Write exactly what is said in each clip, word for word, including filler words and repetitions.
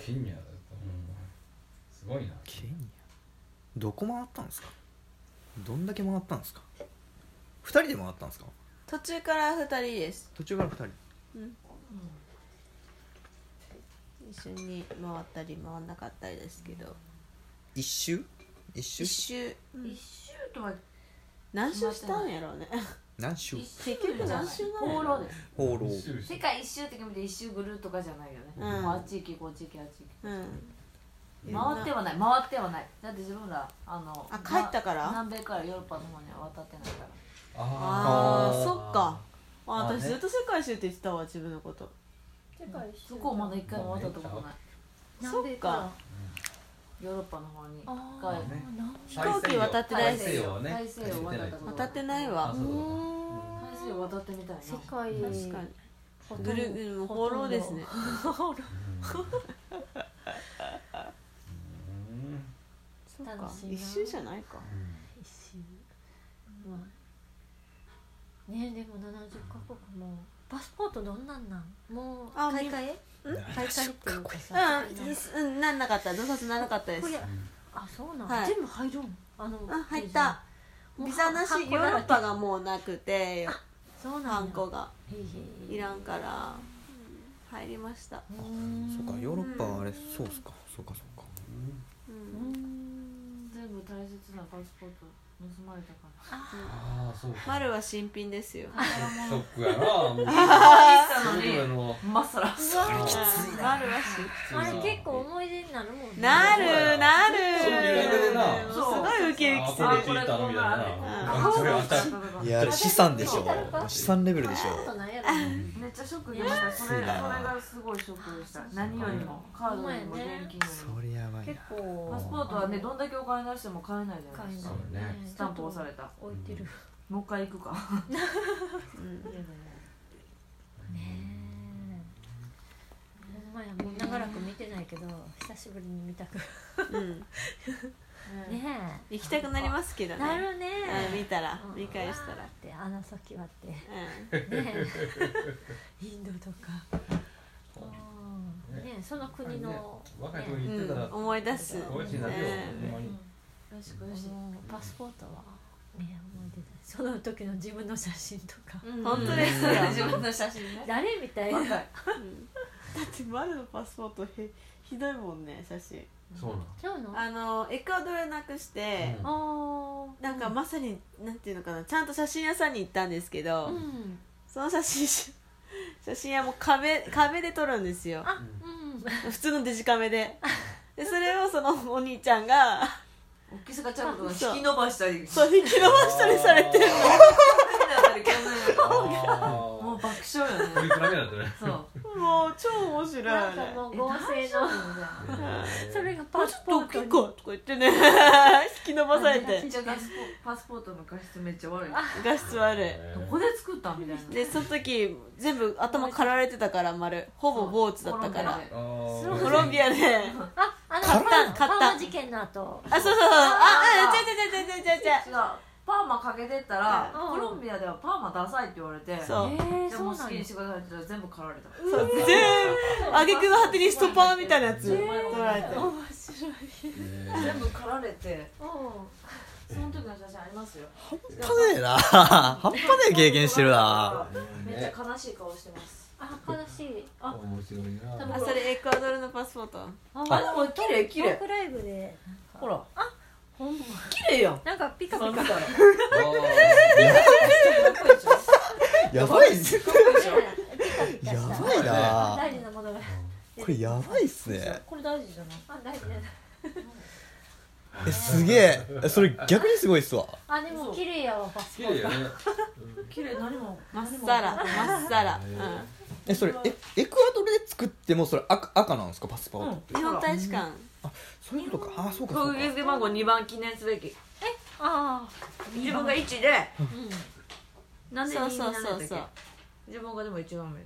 ケニアだと、うん、すごいな。 ケニアどこ回ったんですか？どんだけ回ったんですか？ふたりで回ったんですか？ 途中からふたりです。 途中からふたり、 うん、うん、一緒に回ったり回んなかったりですけど、 一周一周一周、 うん、一周とは何周したんやろうね。 何周？ 結局何周なんやろうね。 放浪世界一周って決めて一周ぐるとかじゃないよね、うん、もうあっち行きこっち行きあっち行き、うん、回ってはない回ってはない。だって自分らあのあ帰ったから南米からヨーロッパの方には渡ってないから。 ああそっか。あ私ずっと世界一周って言ってたわ自分のこと。 世界一周そこをまだ一回も渡ったことない。 そっか。ヨーロッパの方に飛行機渡ってないですよ。 大西洋渡ったこと渡ってないわ。 大西洋渡ってみたいな。 世界確かにぐるぐる放浪ですね。放浪そっか一周じゃないか。 一周ね。でもななじゅっかこくもパスポートどんなんなん？もう買い替え？買い替えっていうかさ、 うん、なんなかった。どうさつならなかったです。 あ、そうなん、はい、全部入るん？あのあ、入った。ビザなし、ヨーロッパがもうなくて、 そうなんハンコがいらんから入りました。 そうか、ヨーロッパはあれ、そうっすか、そうかそうか。 うん、全部大切なパスポート盗まれたから。 ああ、そうか。 マルは新品ですよ。 ショックやな。ああ、のにマッサラ。 それきついな。 マルはあれ結構思い出になるもんね。 なるなる。 すごいウキウキする。 いや、資産でしょ。資産レベルでしょ。 めっちゃショックでした。それそれがすごいショックでした。何よりもカードよりも現金よりも。 それやばいな。 結構パスポートはね、どんだけお金出しても買えないじゃないですか。スタンプ押された。 置いてる。 もう一回行くか。ねえ。ほんまや、もう長らく見てないけど久しぶりに見たく。ねえ、 行きたくなりますけどね。 なるね。 見たら見返したらって穴先割って。ねえ。インドとか。ねえ、その国の若い時に行ってたら思い出す。 美味しいなよ。 パスポートはね、思い出だ。その時の自分の写真とか。 本当ですよ。 自分の写真ね。 誰みたいな。だってマルのパスポートへひどいもんね、写真。 そうなの。あのエクアドルなくして、なんかまさになんていうのかな、ちゃんと写真屋さんに行ったんですけど、その写真写真屋も壁壁で撮るんですよ。普通のデジカメで。でそれをそのお兄ちゃんが大きさがちゃんと引き伸ばしたり、 そう引き伸ばしたりされてるの。 もう爆笑よね。 プリクラみたいなね。 そう。 もう超面白い。 なんかもう合成のそれがパスポートにとか言ってね引き伸ばされて。 じゃあパスポートの画質めっちゃ悪い。 画質悪い。 どこで作ったんみたいな。 でその時全部頭刈られてたから、丸ほぼ坊主だったから。コロンビアで。 あ、あの買った買った事件の後。 あ、そうそうそう。あ、あ、ちゃちゃちゃちゃちゃちゃ。 違う。パーマかけてったら、コロンビアではパーマダサいって言われて、 そう。 じゃあもう好きにしてくださいって言ったら全部刈られた。 そう、全部挙句の果てにストパーみたいなやつ取られて。 面白い。 全部刈られて、その時の写真ありますよ。 半端ねえな。半端ねえ経験してるな。 めっちゃ悲しい顔してます。 あ、悲しい。あ、 面白いな。 あ、それエクアドルのパスポート。 あ、でも綺麗綺麗。 トークライブで。 ほら。 あ、ほんま。 綺麗やん。 なんかピカピカ。 やばいっす。やばいな。 大事なものが。 これやばいっすね。 これ大事じゃない？ あ、大事だ。 え、すげえ。それ逆にすごいっすわ。 あ、でも綺麗やわ、パスポート。 綺麗。何もまっさらまっさら。 え、それえエクアドルで作ってもそれ赤赤なんですか、パスポートって。 日本大使館。 あ、そういうことか。あ、そうかそうか。 国籍番号にばん記念すべき。え、 ああ、 自分がいちで、なんでにになるんだっけ？ そうそうそう。 自分がでも一番目です。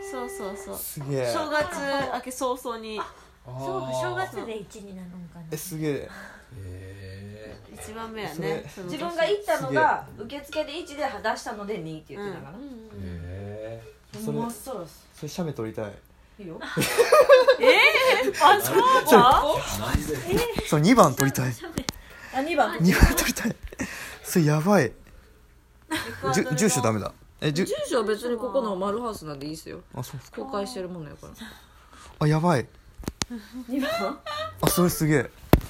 そうそうそう。 すげえ。 正月明け早々に。 そうか、正月でいちになるのかな。 え、すげえ。 ええ。一番目やね。 自分が行ったのが受付でいちで出したのでにって言ってたから。 え。 もう真っさらです。 それ写メ撮りたい。 いいよえー、パスポートなんでそうにばん取りたいあにばんにばん取りたいそれやばいじゅ住所ダメだえじゅ住所は別にここのマルハウスなんでいいっすよあそうっすか公開してるものやからあやばいにばんあそれすげえ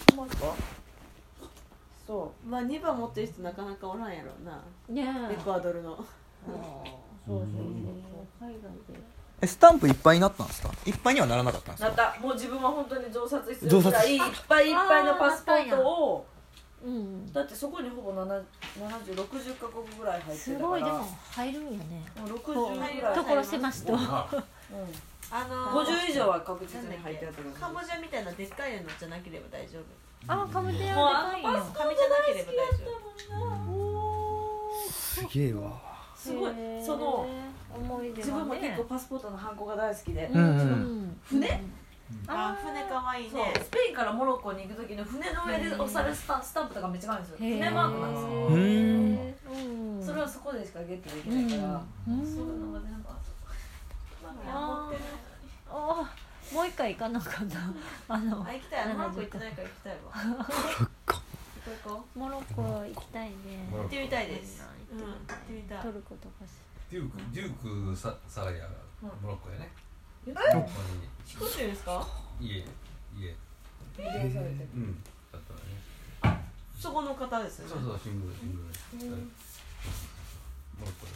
そうまあにばん持ってる人なかなかおらんやろうなねえエクアドルのそうそうそう海外でえスタンプいっぱいになったんですかいっぱいにはならなかったんですなかったもう自分は本当に増刷する増刷ぐらいいっぱいいっぱいのパスポートをうんだってそこにほぼななじゅう、ろくじゅっカ国ぐらい入ってすたからごいでも入るんやねもうろくじゅうぐらい所狭しとうんあのー、 ごじゅう以上は確実に入ってると思うカンボジアみたいなでっかいのじゃなければ大丈夫あカムテアでかいよ紙じゃなければ大丈夫すげえわすごいへーその思い出自分もが結構パスポートのハンコが大好きで、 うんうんうん船あ船かわいいそうねスペインからモロッコに行く時の船の上で押されるスタンスタンプとかめっちゃあるんですよへー船マークなんですようーんうんそれはそこでしかゲットできないから、 うんそういうのが全部ああもう一回行かなかったあのあ行きたいモロッコ行ってないから行きたいわ行こう行こモロッコ行きたいねう行ってみたいですうんうん行ってみたいトルコとかしデュークデュークササラヤがモロッコやね。 えここ四国ですかに家家リレーされてるうんだったらね。 そこの方ですよねそうそうシングルシングル。モロッコ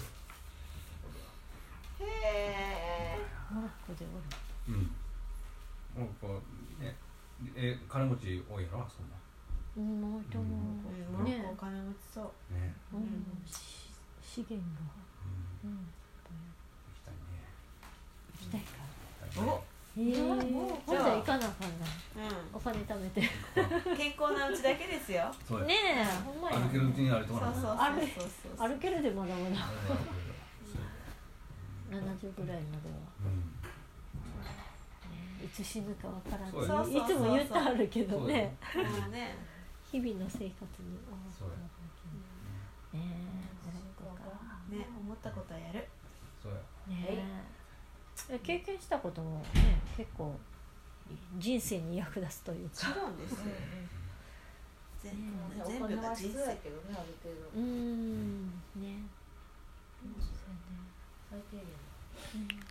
で。 へえモロッコでおるうん。モロッコねえ金持ち多いやろそんな。 うんもうともモロッコお金持ちそうね。 うんし資源がうんうん行きたいね。 行きたいかおへえほんじゃ行かなあかんなうお金貯めてん健康なうちだけですよそうや。 ねえほんまや歩けるうちに歩いてもらそうそうそうあれそうそう歩けるでまだまだうななじゅうぐらいまではん。 いつ死ぬかわからそうないやいつも言ってあるけどねまあね日々の生活にそうやねえモロッコかね思ったことはやるそうや。 ねえ経験したこともね結構人生に役立つというもちかろんですよ全ね部全部が人生けどねある程度うーんね最低限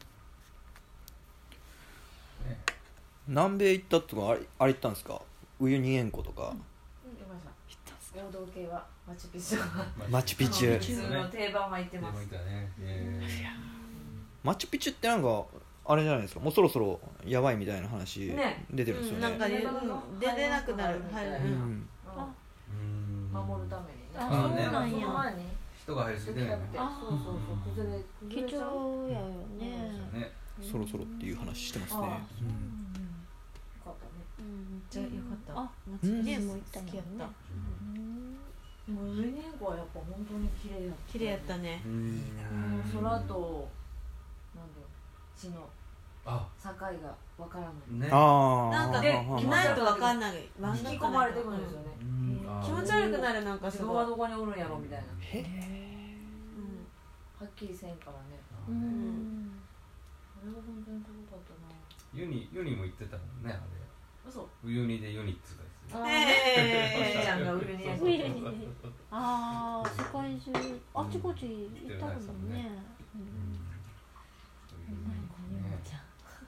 ね。 南米行ったとかあれあれ行ったんですかウユニ塩湖とかうん行きました王道系はマチュピチュマチュピチュ普通の定番は行ってますでもいたね。えマチュピチュってなんかあれじゃないですかもうそろそろやばいみたいな話ね出てるんですよねうんなんかねうん出れなくなるはいうんうんあうん。 守るためにねあそうなんやその前に人が入りすぎてないね。 あそうそうそう崩れ貴崩れちゃう重やよねね。 そろそろっていう話してますねあうんよかったねうんじゃあよかったあうんねもう行ったんやね好きやったうんもうユニークはやっぱ本当に綺麗やった綺麗やったねうん。 もう空となんだろう地のあ境がわからないね。 ああなんかでね着ないとわかんない引き込まれてくるんですよねうんあー気持ち悪くなるなんか自分すごはいどこにおるんやろみたいなへうんはっきりせんからねううんんあれは本当にすごかったなユニユニも言ってたもんねあれ。 嘘ユニでユニっつうかですね。 あへーちゃんが上にやる上にあー世界中あちこち行ったもんねうんそういううまいねねちゃん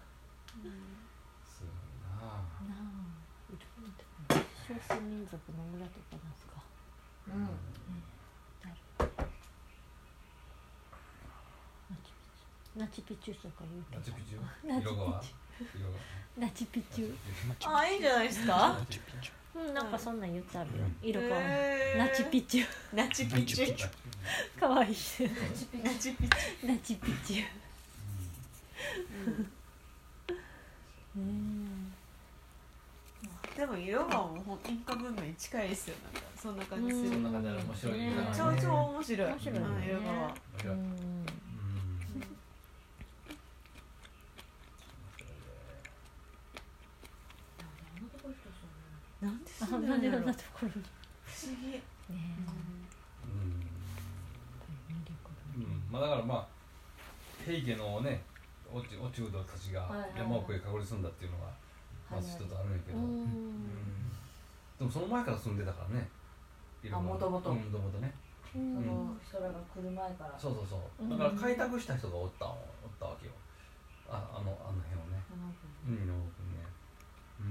すごいなあ。 なあいろんなところ少数民族の村とかなんすかうんナチピチュナチピチュとか言うけどマチュピチュナチピチュ色が色がナチピチュあいいんじゃないですかうんなんかそんなん言ってあるよ色かわいいへーナチピチュナチピチュかわいいナチピチュナチピチュうんでも色がもうほんインカ文明に近いですよなんかそんな感じするそんな感じで面白いねな超超面白い面白いよねうん色がは面白いうんなんであそんんなようなにやろなところに不思議ねうん魅力うんまあだからまあ平家のね落ち落ちうどたちが山奥へ隠れ住んだっていうのがまず一つあるんやけど、うん、でもその前から住んでたからね。 あ、もともと。 もともとね。 その人らが来る前から。 そうそうそう。だから開拓した人がおったおったわけよ。ああのあの辺をね。うん、山奥にね。うん。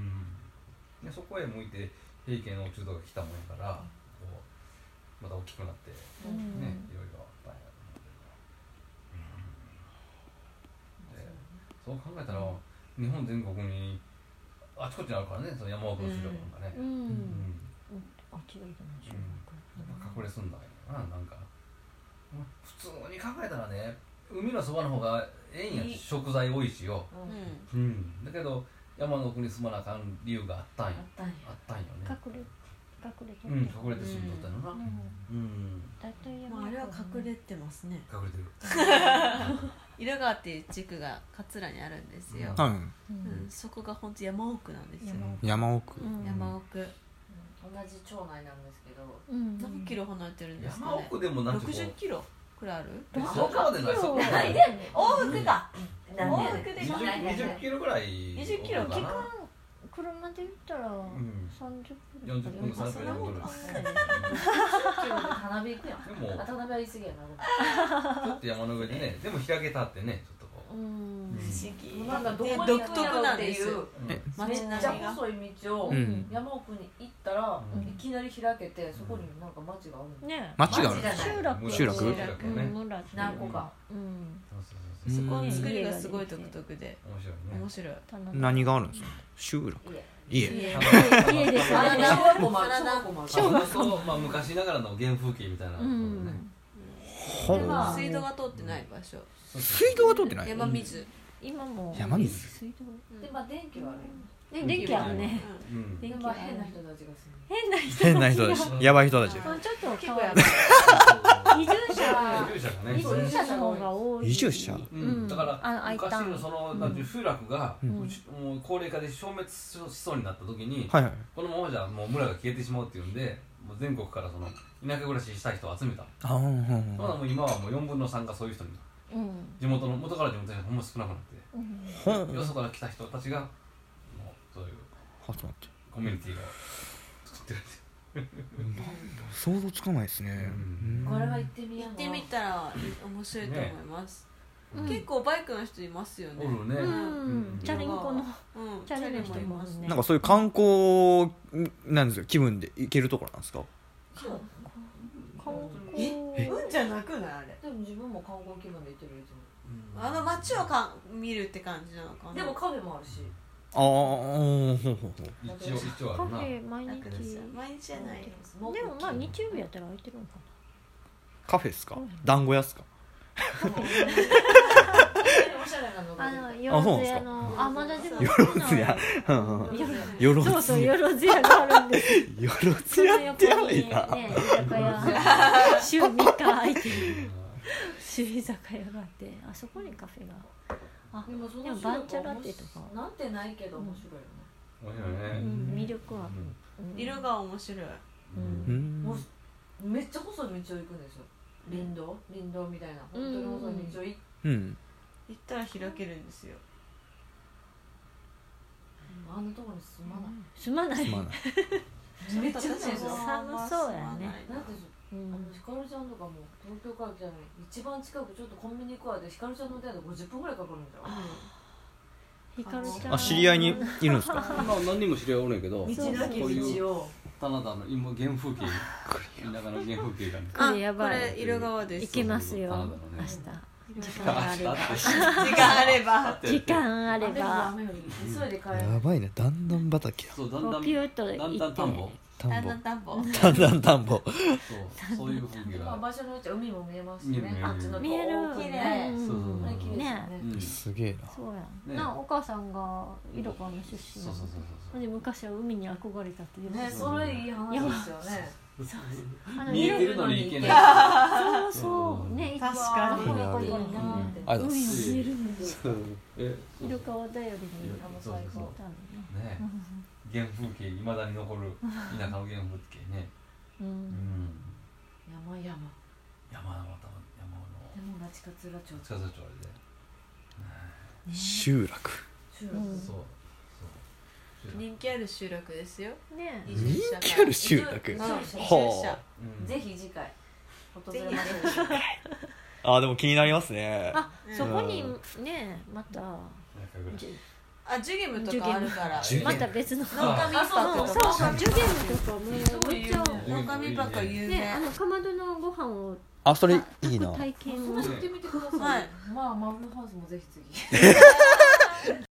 でそこへ向いて平家の落ちうどが来たもんやから、こうまた大きくなってね、いろいろあったんやと思うけど。そう考えたら日本全国にあちこちにあるからね、その山奥の集落なんかね。うんうん、あちこちの集落隠れ住んだんやな。なんか普通に考えたらね、海のそばの方がええんや。食材多いしよ。うんうん、だけど山の奥に住まなあかん理由があったんや。あったんよね。 隠れ隠れて、 うん、隠れて住んどったのな。うん。 だいたい山、あれは隠れてますね。 隠れてる。 色川っていう地区が桂にあるんですよ。うん、そこが本当山奥なんですよ。 山奥。 山奥。 同じ町内なんですけど、 何キロ離れてるんですかね。 山奥でも何六十キロくらいある。 そこまでない。そこまでないで。往復か。 往復で二十キロぐらい。 二十キロかな。 車で言ったら三十分。 四十分、三十分ぐらい。 花火行くやん。でも花火は言い過ぎやな。ちょっと山の上でね、でも開けたってね、ちょっとこう。 不思議。 なんかどこに独特なんですよ。 めっちゃ細い道を山奥に行ったらいきなり開けて、そこになんか町がある。 ね。 町がある。 集落。 集落。 何個か。 そこの作りがすごい独特で面白いね。面白い。 何があるんですか。集落。家。 家です。あ、 小学校も小学校。まあ昔ながらの原風景みたいなところね。 水道が通ってない場所。 水道が通ってない。 山水。 今も山水。 水道。 でまあ電気はある。 電気あるね。 電気は変な人たちが住む。 変な人。 変な人たち。やばい人たち。 ちょっと結構やばい。 移住者。 移住者がね。 移住者の方が多い。 移住者。 だから昔のその集落がもう高齢化で消滅しそうになった時に、このままじゃもう村が消えてしまうっていうんで、もう全国からその田舎暮らししたい人を集めた。ああ。そうなもう今はもう四分の三がそういう人に。地元の元から地元の人がほんま少なくなって、よそから来た人たちがもうそういうコミュニティを作ってるって。 想像つかないですね。 これは行ってみよう。 行ってみたら面白いと思います。結構バイクの人いますよね。 おるね。 チャリンコのチャリの人いますね。 なんかそういう観光なんですよ。気分で行けるところなんですか。 え、うんじゃなくないあれ。 でも自分も観光気分で行ってるいつも。 あの街をか見るって感じなのかな。 でもカフェもあるし。 ああ、ほうほうほう。 一応一応あるな。 カフェ毎日。 毎日じゃない。 でもまあ日曜日やったら空いてるのかな。 カフェですか。団子屋ですか。 あのよろずやのあまだでもよろずや。よろずや。 そうそうよろずやがあるんです。 よろずやってやばいな。 ね居酒屋週みっか空いてる。週居酒屋があってあそこにカフェが。あでもバンチャラテとかなんてないけど面白いよね。 面白いね。 魅力は色が面白い。 もうめっちゃ細い道を行くんですよ。林道林道みたいな本当に細い道を行行ったら開けるんですよ。 あんなところに住まない。 住まない。 住まない。 めっちゃ寒そうやね。 なんであのひかるちゃんとかも東京から来たのに一番近くちょっとコンビニ行くわでひかるちゃんの手でごじゅっぷんぐらいかかるんだよ。 ひかるちゃん。 あ知り合いにいるんですか。 まあ何人も知り合いおるんやけど。 道なき道を。 ただただの今原風景。田舎の原風景がね。 これやばい。 これ色川です。 行けますよ。明日。時間あれば。 時間あれば。 時間あれば。 急いで帰る。 やばいね。段々畑。 そうだんだん。 ピューとだんだん田んぼ。 田んぼ。田んぼ。 だんだん田んぼ。 そうそういう風景が。 場所によって海も見えますしね。あっちの見える。 綺麗。 そうそうそう。ね。 すげえな。 そうや。なお母さんが色川の出身。 そうそうそうそう。 で昔は海に憧れたっていう。 ね、それいい話ですよね。 見えてるのに行けない。 そうそうね、 確かに。 あ、 海を見えるんです。 え、 色川だよりに。 そうそうそう。ね、原風景未だに残る田舎の原風景ね。うん。 山山。 山の山の。 でも那智勝浦町。 勝浦町で。 集落、 集落、うん、そう人気ある集落ですよね。 人気ある集落、 はあ、ぜひ次回訪れましょう。 あ、でも気になりますね。 あ、そこにね、またあ、ジュゲムとかあるからまた別の農家民泊とか、 そうそう、ジュゲムとかもめっちゃ農家民泊は有名、 ね、あのかまどのご飯をあ、それいいな。 体験をしてみてください。まあマグロハウスもぜひ次。